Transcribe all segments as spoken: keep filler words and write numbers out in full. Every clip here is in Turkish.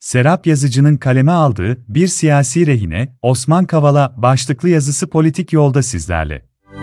Serap Yazıcı'nın kaleme aldığı Bir Siyasi Rehine, Osman Kavala başlıklı yazısı politik yolda sizlerle.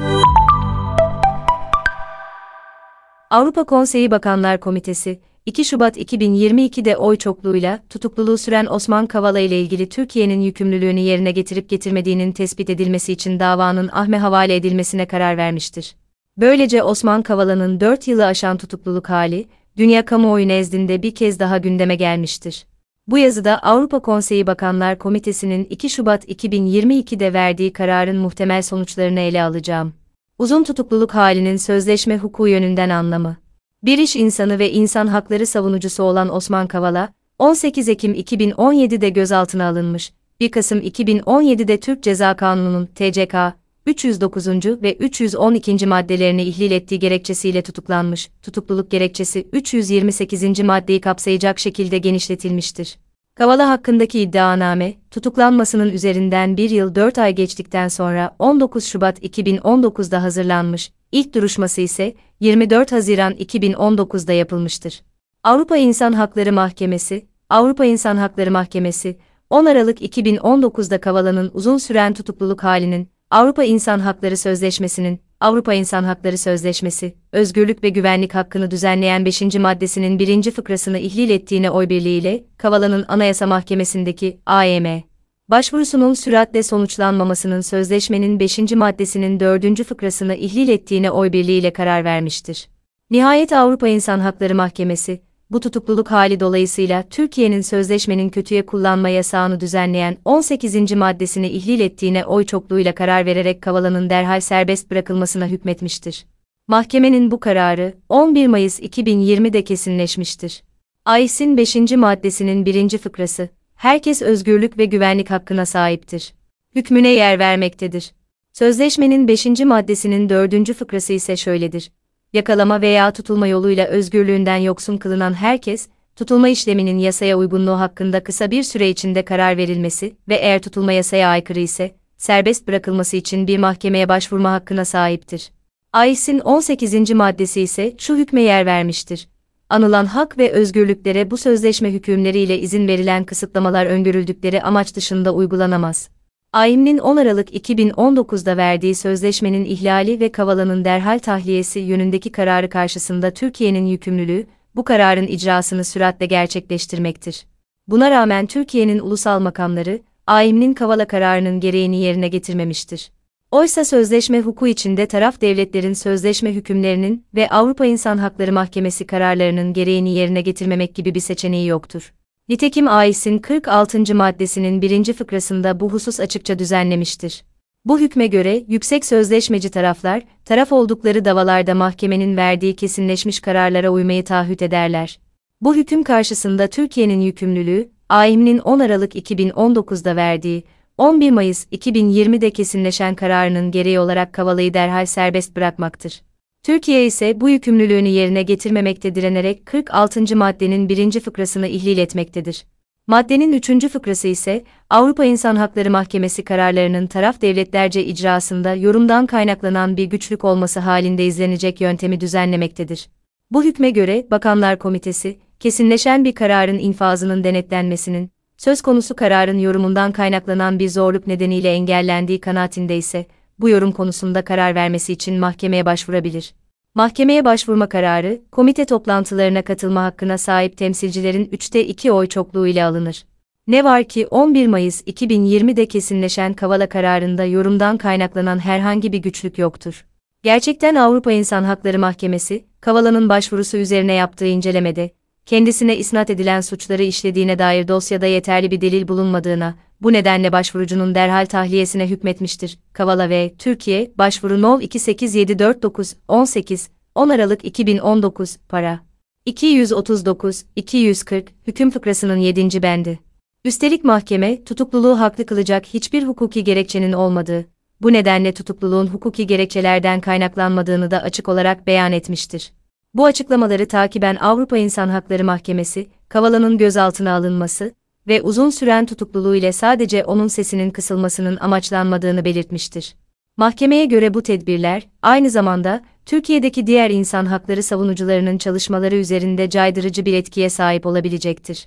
Avrupa Konseyi Bakanlar Komitesi, iki Şubat iki bin yirmi iki'de oy çokluğuyla tutukluluğu süren Osman Kavala ile ilgili Türkiye'nin yükümlülüğünü yerine getirip getirmediğinin tespit edilmesi için davanın A H M'e havale edilmesine karar vermiştir. Böylece Osman Kavala'nın dört yılı aşan tutukluluk hali, dünya kamuoyu nezdinde bir kez daha gündeme gelmiştir. Bu yazıda Avrupa Konseyi Bakanlar Komitesi'nin iki Şubat iki bin yirmi iki'de verdiği kararın muhtemel sonuçlarını ele alacağım. Uzun tutukluluk halinin sözleşme hukuku yönünden anlamı. Bir iş insanı ve insan hakları savunucusu olan Osman Kavala, on sekiz Ekim iki bin on yedi'de gözaltına alınmış, bir Kasım iki bin on yedi'de Türk Ceza Kanunu'nun T C K üç yüz dokuzuncu ve üç yüz on ikinci maddelerini ihlal ettiği gerekçesiyle tutuklanmış. Tutukluluk gerekçesi üç yüz yirmi sekizinci maddeyi kapsayacak şekilde genişletilmiştir. Kavala hakkındaki iddianame, tutuklanmasının üzerinden bir yıl dört ay geçtikten sonra on dokuz Şubat iki bin on dokuz'da hazırlanmış, ilk duruşması ise yirmi dört Haziran iki bin on dokuz'da yapılmıştır. Avrupa İnsan Hakları Mahkemesi, Avrupa İnsan Hakları Mahkemesi, on Aralık iki bin on dokuz'da Kavala'nın uzun süren tutukluluk halinin, Avrupa İnsan Hakları Sözleşmesi'nin, Avrupa İnsan Hakları Sözleşmesi, özgürlük ve güvenlik hakkını düzenleyen beşinci maddesinin birinci fıkrasını ihlal ettiğine oy birliğiyle, Kavala'nın Anayasa Mahkemesi'ndeki A Y M başvurusunun süratle sonuçlanmamasının sözleşmenin beşinci maddesinin dördüncü fıkrasını ihlal ettiğine oy birliğiyle karar vermiştir. Nihayet Avrupa İnsan Hakları Mahkemesi, bu tutukluluk hali dolayısıyla Türkiye'nin sözleşmenin kötüye kullanma yasağını düzenleyen on sekizinci maddesini ihlal ettiğine oy çokluğuyla karar vererek Kavala'nın derhal serbest bırakılmasına hükmetmiştir. Mahkemenin bu kararı on bir Mayıs iki bin yirmi'de kesinleşmiştir. A Y S'in beşinci maddesinin birinci fıkrası, herkes özgürlük ve güvenlik hakkına sahiptir. Hükmüne yer vermektedir. Sözleşmenin beşinci maddesinin dördüncü fıkrası ise şöyledir. Yakalama veya tutulma yoluyla özgürlüğünden yoksun kılınan herkes, tutulma işleminin yasaya uygunluğu hakkında kısa bir süre içinde karar verilmesi ve eğer tutulma yasaya aykırı ise, serbest bırakılması için bir mahkemeye başvurma hakkına sahiptir. A Y S'in on sekizinci maddesi ise şu hükme yer vermiştir. Anılan hak ve özgürlüklere bu sözleşme hükümleriyle izin verilen kısıtlamalar öngörüldükleri amaç dışında uygulanamaz. A Y M'nin on Aralık iki bin on dokuz'da verdiği sözleşmenin ihlali ve Kavala'nın derhal tahliyesi yönündeki kararı karşısında Türkiye'nin yükümlülüğü, bu kararın icrasını süratle gerçekleştirmektir. Buna rağmen Türkiye'nin ulusal makamları, A Y M'nin Kavala kararının gereğini yerine getirmemiştir. Oysa sözleşme hukuku içinde taraf devletlerin sözleşme hükümlerinin ve Avrupa İnsan Hakları Mahkemesi kararlarının gereğini yerine getirmemek gibi bir seçeneği yoktur. Nitekim A Y S'in kırk altıncı maddesinin birinci fıkrasında bu husus açıkça düzenlemiştir. Bu hükme göre yüksek sözleşmeci taraflar, taraf oldukları davalarda mahkemenin verdiği kesinleşmiş kararlara uymayı taahhüt ederler. Bu hüküm karşısında Türkiye'nin yükümlülüğü, A Y M'nin on Aralık iki bin on dokuz'da verdiği, on bir Mayıs iki bin yirmi'de kesinleşen kararının gereği olarak Kavala'yı derhal serbest bırakmaktır. Türkiye ise bu yükümlülüğünü yerine getirmemekte direnerek kırk altıncı maddenin birinci fıkrasını ihlal etmektedir. Maddenin üçüncü fıkrası ise, Avrupa İnsan Hakları Mahkemesi kararlarının taraf devletlerce icrasında yorumdan kaynaklanan bir güçlük olması halinde izlenecek yöntemi düzenlemektedir. Bu hükme göre, Bakanlar Komitesi, kesinleşen bir kararın infazının denetlenmesinin, söz konusu kararın yorumundan kaynaklanan bir zorluk nedeniyle engellendiği kanaatinde ise, bu yorum konusunda karar vermesi için mahkemeye başvurabilir. Mahkemeye başvurma kararı, komite toplantılarına katılma hakkına sahip temsilcilerin üçte iki oy çokluğu ile alınır. Ne var ki on bir Mayıs iki bin yirmi'de kesinleşen Kavala kararında yorumdan kaynaklanan herhangi bir güçlük yoktur. Gerçekten Avrupa İnsan Hakları Mahkemesi, Kavala'nın başvurusu üzerine yaptığı incelemede, kendisine isnat edilen suçları işlediğine dair dosyada yeterli bir delil bulunmadığına, bu nedenle başvurucunun derhal tahliyesine hükmetmiştir. Kavala ve Türkiye, başvuru nol iki sekiz yedi dört dokuz on sekiz, on Aralık iki bin on dokuz, para. iki yüz otuz dokuz iki yüz kırk, hüküm fıkrasının yedinci bendi. Üstelik mahkeme, tutukluluğu haklı kılacak hiçbir hukuki gerekçenin olmadığı, bu nedenle tutukluluğun hukuki gerekçelerden kaynaklanmadığını da açık olarak beyan etmiştir. Bu açıklamaları takiben Avrupa İnsan Hakları Mahkemesi, Kavala'nın gözaltına alınması ve uzun süren tutukluluğu ile sadece onun sesinin kısılmasının amaçlanmadığını belirtmiştir. Mahkemeye göre bu tedbirler, aynı zamanda, Türkiye'deki diğer insan hakları savunucularının çalışmaları üzerinde caydırıcı bir etkiye sahip olabilecektir.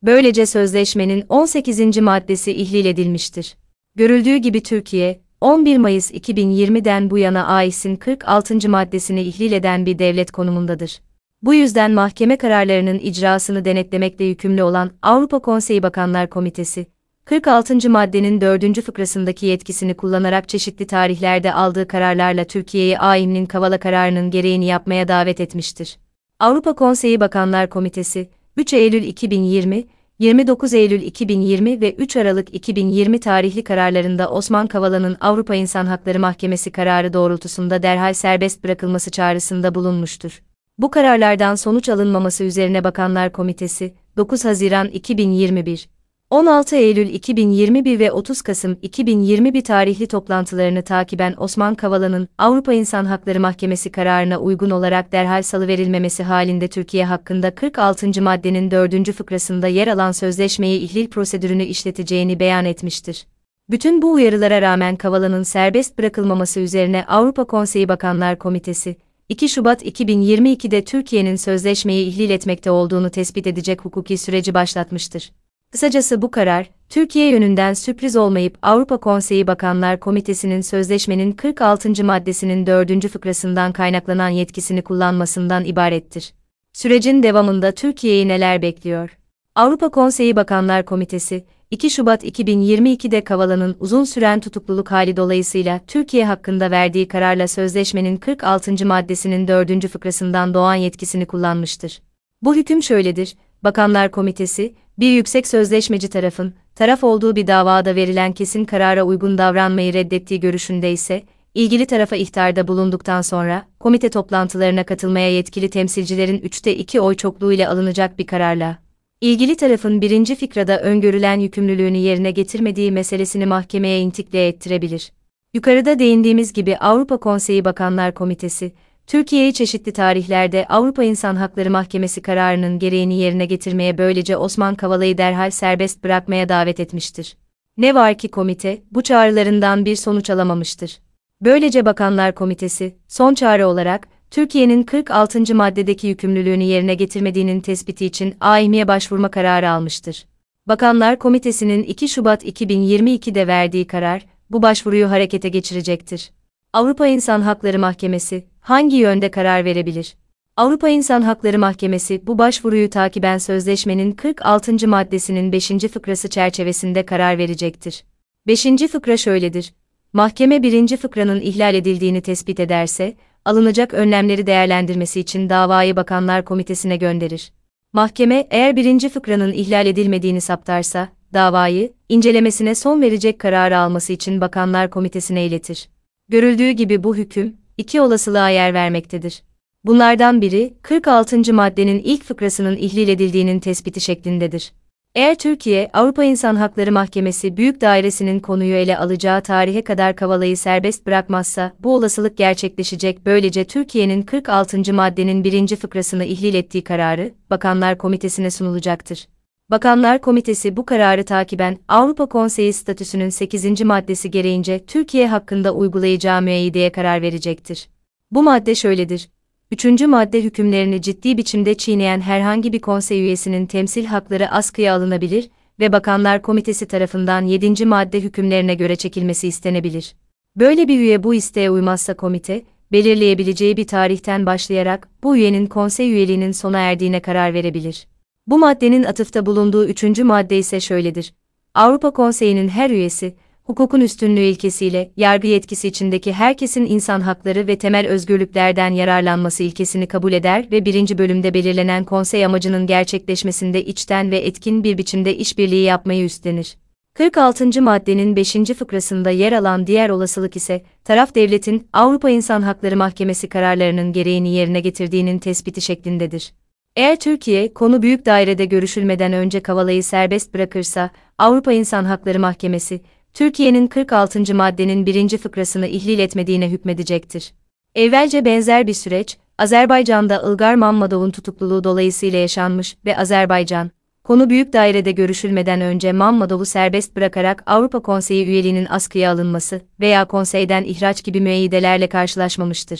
Böylece sözleşmenin on sekizinci maddesi ihlal edilmiştir. Görüldüğü gibi Türkiye, on bir Mayıs iki bin yirmiden bu yana A İ S'in kırk altıncı maddesini ihlal eden bir devlet konumundadır. Bu yüzden mahkeme kararlarının icrasını denetlemekle yükümlü olan Avrupa Konseyi Bakanlar Komitesi, kırk altıncı maddenin dördüncü fıkrasındaki yetkisini kullanarak çeşitli tarihlerde aldığı kararlarla Türkiye'yi A İ M'nin Kavala kararının gereğini yapmaya davet etmiştir. Avrupa Konseyi Bakanlar Komitesi, üç Eylül iki bin yirmi, yirmi dokuz Eylül iki bin yirmi ve üç Aralık iki bin yirmi tarihli kararlarında Osman Kavala'nın Avrupa İnsan Hakları Mahkemesi kararı doğrultusunda derhal serbest bırakılması çağrısında bulunmuştur. Bu kararlardan sonuç alınmaması üzerine Bakanlar Komitesi, dokuz Haziran iki bin yirmi bir, on altı Eylül iki bin yirmi bir ve otuz Kasım iki bin yirmi bir tarihli toplantılarını takiben Osman Kavala'nın Avrupa İnsan Hakları Mahkemesi kararına uygun olarak derhal salıverilmemesi halinde Türkiye hakkında kırk altıncı maddenin dördüncü fıkrasında yer alan sözleşmeyi ihlal prosedürünü işleteceğini beyan etmiştir. Bütün bu uyarılara rağmen Kavala'nın serbest bırakılmaması üzerine Avrupa Konseyi Bakanlar Komitesi, iki Şubat iki bin yirmi iki'de Türkiye'nin sözleşmeyi ihlal etmekte olduğunu tespit edecek hukuki süreci başlatmıştır. Kısacası bu karar, Türkiye yönünden sürpriz olmayıp Avrupa Konseyi Bakanlar Komitesi'nin sözleşmenin kırk altıncı maddesinin dördüncü fıkrasından kaynaklanan yetkisini kullanmasından ibarettir. Sürecin devamında Türkiye'yi neler bekliyor? Avrupa Konseyi Bakanlar Komitesi, iki Şubat iki bin yirmi iki'de Kavala'nın uzun süren tutukluluk hali dolayısıyla Türkiye hakkında verdiği kararla sözleşmenin kırk altıncı maddesinin dördüncü fıkrasından doğan yetkisini kullanmıştır. Bu hüküm şöyledir: Bakanlar Komitesi, bir yüksek sözleşmeci tarafın, taraf olduğu bir davada verilen kesin karara uygun davranmayı reddettiği görüşünde ise, ilgili tarafa ihtarda bulunduktan sonra, komite toplantılarına katılmaya yetkili temsilcilerin üçte iki oy çokluğuyla alınacak bir kararla, ilgili tarafın birinci fikrada öngörülen yükümlülüğünü yerine getirmediği meselesini mahkemeye intikle ettirebilir. Yukarıda değindiğimiz gibi Avrupa Konseyi Bakanlar Komitesi, Türkiye'yi çeşitli tarihlerde Avrupa İnsan Hakları Mahkemesi kararının gereğini yerine getirmeye, böylece Osman Kavala'yı derhal serbest bırakmaya davet etmiştir. Ne var ki komite, bu çağrılarından bir sonuç alamamıştır. Böylece Bakanlar Komitesi, son çağrı olarak, Türkiye'nin kırk altıncı maddedeki yükümlülüğünü yerine getirmediğinin tespiti için A İ M'ye başvurma kararı almıştır. Bakanlar Komitesi'nin iki Şubat iki bin yirmi iki'de verdiği karar, bu başvuruyu harekete geçirecektir. Avrupa İnsan Hakları Mahkemesi, hangi yönde karar verebilir? Avrupa İnsan Hakları Mahkemesi, bu başvuruyu takiben sözleşmenin kırk altıncı maddesinin beşinci fıkrası çerçevesinde karar verecektir. beşinci fıkra şöyledir: Mahkeme birinci fıkranın ihlal edildiğini tespit ederse, alınacak önlemleri değerlendirmesi için davayı Bakanlar Komitesi'ne gönderir. Mahkeme, eğer birinci fıkranın ihlal edilmediğini saptarsa, davayı, incelemesine son verecek kararı alması için Bakanlar Komitesi'ne iletir. Görüldüğü gibi bu hüküm, iki olasılığa yer vermektedir. Bunlardan biri, kırk altıncı maddenin ilk fıkrasının ihlal edildiğinin tespiti şeklindedir. Eğer Türkiye, Avrupa İnsan Hakları Mahkemesi Büyük Dairesi'nin konuyu ele alacağı tarihe kadar Kavala'yı serbest bırakmazsa, bu olasılık gerçekleşecek. Böylece Türkiye'nin kırk altıncı maddenin birinci fıkrasını ihlal ettiği kararı, Bakanlar Komitesi'ne sunulacaktır. Bakanlar Komitesi bu kararı takiben, Avrupa Konseyi statüsünün sekizinci maddesi gereğince Türkiye hakkında uygulayacağı müeyyideye karar verecektir. Bu madde şöyledir: Üçüncü madde hükümlerini ciddi biçimde çiğneyen herhangi bir konsey üyesinin temsil hakları askıya alınabilir ve Bakanlar Komitesi tarafından yedinci madde hükümlerine göre çekilmesi istenebilir. Böyle bir üye bu isteğe uymazsa komite, belirleyebileceği bir tarihten başlayarak bu üyenin konsey üyeliğinin sona erdiğine karar verebilir. Bu maddenin atıfta bulunduğu üçüncü madde ise şöyledir: Avrupa Konseyi'nin her üyesi, hukukun üstünlüğü ilkesiyle yargı yetkisi içindeki herkesin insan hakları ve temel özgürlüklerden yararlanması ilkesini kabul eder ve birinci bölümde belirlenen konsey amacının gerçekleşmesinde içten ve etkin bir biçimde işbirliği yapmayı üstlenir. kırk altıncı maddenin beşinci fıkrasında yer alan diğer olasılık ise, taraf devletin Avrupa İnsan Hakları Mahkemesi kararlarının gereğini yerine getirdiğinin tespiti şeklindedir. Eğer Türkiye, konu büyük dairede görüşülmeden önce Kavala'yı serbest bırakırsa, Avrupa İnsan Hakları Mahkemesi, Türkiye'nin kırk altıncı maddenin birinci fıkrasını ihlal etmediğine hükmedecektir. Evvelce benzer bir süreç, Azerbaycan'da Ilgar Mammadov'un tutukluluğu dolayısıyla yaşanmış ve Azerbaycan, konu büyük dairede görüşülmeden önce Mammadov'u serbest bırakarak Avrupa Konseyi üyeliğinin askıya alınması veya konseyden ihraç gibi müeyyidelerle karşılaşmamıştır.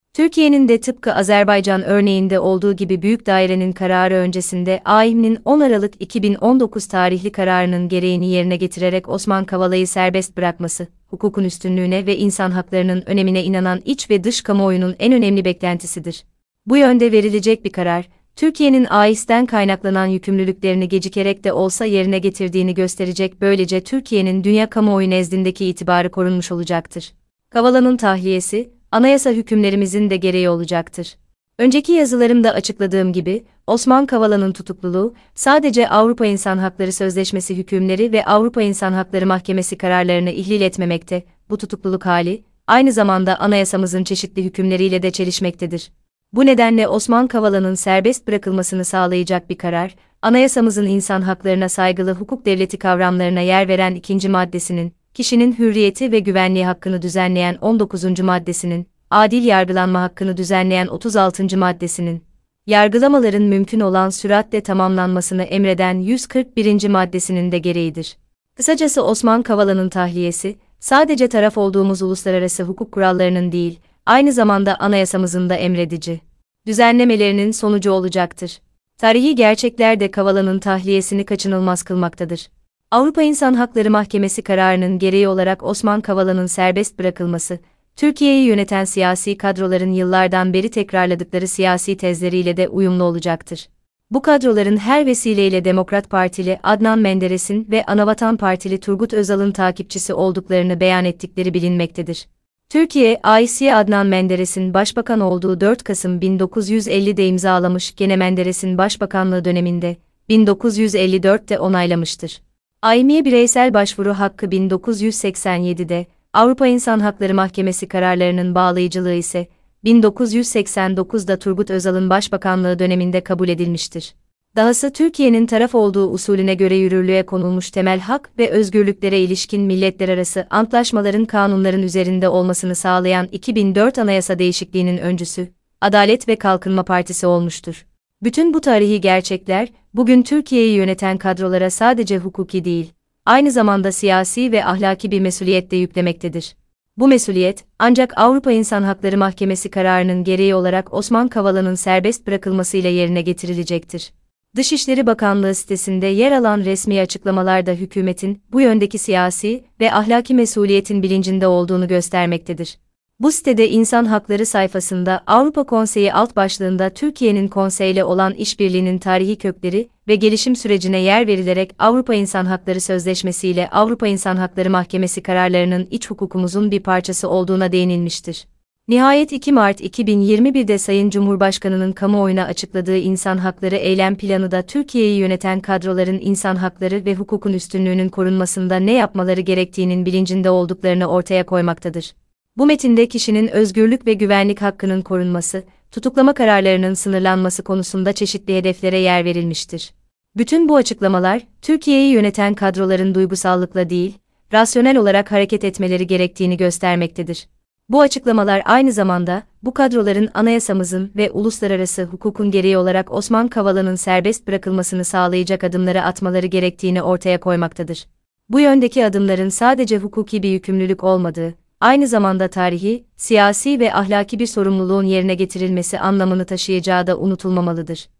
Türkiye'nin de tıpkı Azerbaycan örneğinde olduğu gibi büyük dairenin kararı öncesinde A İ M'nin on Aralık iki bin on dokuz tarihli kararının gereğini yerine getirerek Osman Kavala'yı serbest bırakması, hukukun üstünlüğüne ve insan haklarının önemine inanan iç ve dış kamuoyunun en önemli beklentisidir. Bu yönde verilecek bir karar, Türkiye'nin A İ S'ten kaynaklanan yükümlülüklerini gecikerek de olsa yerine getirdiğini gösterecek, böylece Türkiye'nin dünya kamuoyu nezdindeki itibarı korunmuş olacaktır. Kavala'nın tahliyesi, anayasa hükümlerimizin de gereği olacaktır. Önceki yazılarımda açıkladığım gibi, Osman Kavala'nın tutukluluğu, sadece Avrupa İnsan Hakları Sözleşmesi hükümleri ve Avrupa İnsan Hakları Mahkemesi kararlarını ihlal etmemekte, bu tutukluluk hali, aynı zamanda anayasamızın çeşitli hükümleriyle de çelişmektedir. Bu nedenle Osman Kavala'nın serbest bırakılmasını sağlayacak bir karar, anayasamızın insan haklarına saygılı hukuk devleti kavramlarına yer veren ikinci maddesinin, kişinin hürriyeti ve güvenliği hakkını düzenleyen on dokuzuncu maddesinin, adil yargılanma hakkını düzenleyen otuz altıncı maddesinin, yargılamaların mümkün olan süratle tamamlanmasını emreden yüz kırk birinci maddesinin de gereğidir. Kısacası Osman Kavala'nın tahliyesi, sadece taraf olduğumuz uluslararası hukuk kurallarının değil, aynı zamanda anayasamızın da emredici düzenlemelerinin sonucu olacaktır. Tarihi gerçekler de Kavala'nın tahliyesini kaçınılmaz kılmaktadır. Avrupa İnsan Hakları Mahkemesi kararının gereği olarak Osman Kavala'nın serbest bırakılması, Türkiye'yi yöneten siyasi kadroların yıllardan beri tekrarladıkları siyasi tezleriyle de uyumlu olacaktır. Bu kadroların her vesileyle Demokrat Partili Adnan Menderes'in ve Anavatan Partili Turgut Özal'ın takipçisi olduklarını beyan ettikleri bilinmektedir. Türkiye, A İ C'ye Adnan Menderes'in başbakan olduğu dört Kasım bin dokuz yüz elli'de imzalamış, gene Menderes'in başbakanlığı döneminde, bin dokuz yüz elli dört'te onaylamıştır. A İ M'ye bireysel başvuru hakkı bin dokuz yüz seksen yedi'de, Avrupa İnsan Hakları Mahkemesi kararlarının bağlayıcılığı ise, bin dokuz yüz seksen dokuz'da Turgut Özal'ın başbakanlığı döneminde kabul edilmiştir. Dahası Türkiye'nin taraf olduğu usulüne göre yürürlüğe konulmuş temel hak ve özgürlüklere ilişkin milletlerarası antlaşmaların kanunların üzerinde olmasını sağlayan iki bin dört Anayasa değişikliğinin öncüsü, Adalet ve Kalkınma Partisi olmuştur. Bütün bu tarihi gerçekler, bugün Türkiye'yi yöneten kadrolara sadece hukuki değil, aynı zamanda siyasi ve ahlaki bir mesuliyet de yüklemektedir. Bu mesuliyet, ancak Avrupa İnsan Hakları Mahkemesi kararının gereği olarak Osman Kavala'nın serbest bırakılmasıyla yerine getirilecektir. Dışişleri Bakanlığı sitesinde yer alan resmi açıklamalarda hükümetin bu yöndeki siyasi ve ahlaki mesuliyetin bilincinde olduğunu göstermektedir. Bu sitede İnsan Hakları sayfasında Avrupa Konseyi alt başlığında Türkiye'nin konseyle olan işbirliğinin tarihi kökleri ve gelişim sürecine yer verilerek Avrupa İnsan Hakları Sözleşmesi ile Avrupa İnsan Hakları Mahkemesi kararlarının iç hukukumuzun bir parçası olduğuna değinilmiştir. Nihayet iki Mart iki bin yirmi bir'de Sayın Cumhurbaşkanı'nın kamuoyuna açıkladığı İnsan Hakları Eylem Planı da Türkiye'yi yöneten kadroların insan hakları ve hukukun üstünlüğünün korunmasında ne yapmaları gerektiğinin bilincinde olduklarını ortaya koymaktadır. Bu metinde kişinin özgürlük ve güvenlik hakkının korunması, tutuklama kararlarının sınırlanması konusunda çeşitli hedeflere yer verilmiştir. Bütün bu açıklamalar, Türkiye'yi yöneten kadroların duygusallıkla değil, rasyonel olarak hareket etmeleri gerektiğini göstermektedir. Bu açıklamalar aynı zamanda, bu kadroların anayasamızın ve uluslararası hukukun gereği olarak Osman Kavala'nın serbest bırakılmasını sağlayacak adımları atmaları gerektiğini ortaya koymaktadır. Bu yöndeki adımların sadece hukuki bir yükümlülük olmadığı, aynı zamanda tarihi, siyasi ve ahlaki bir sorumluluğun yerine getirilmesi anlamını taşıyacağı da unutulmamalıdır.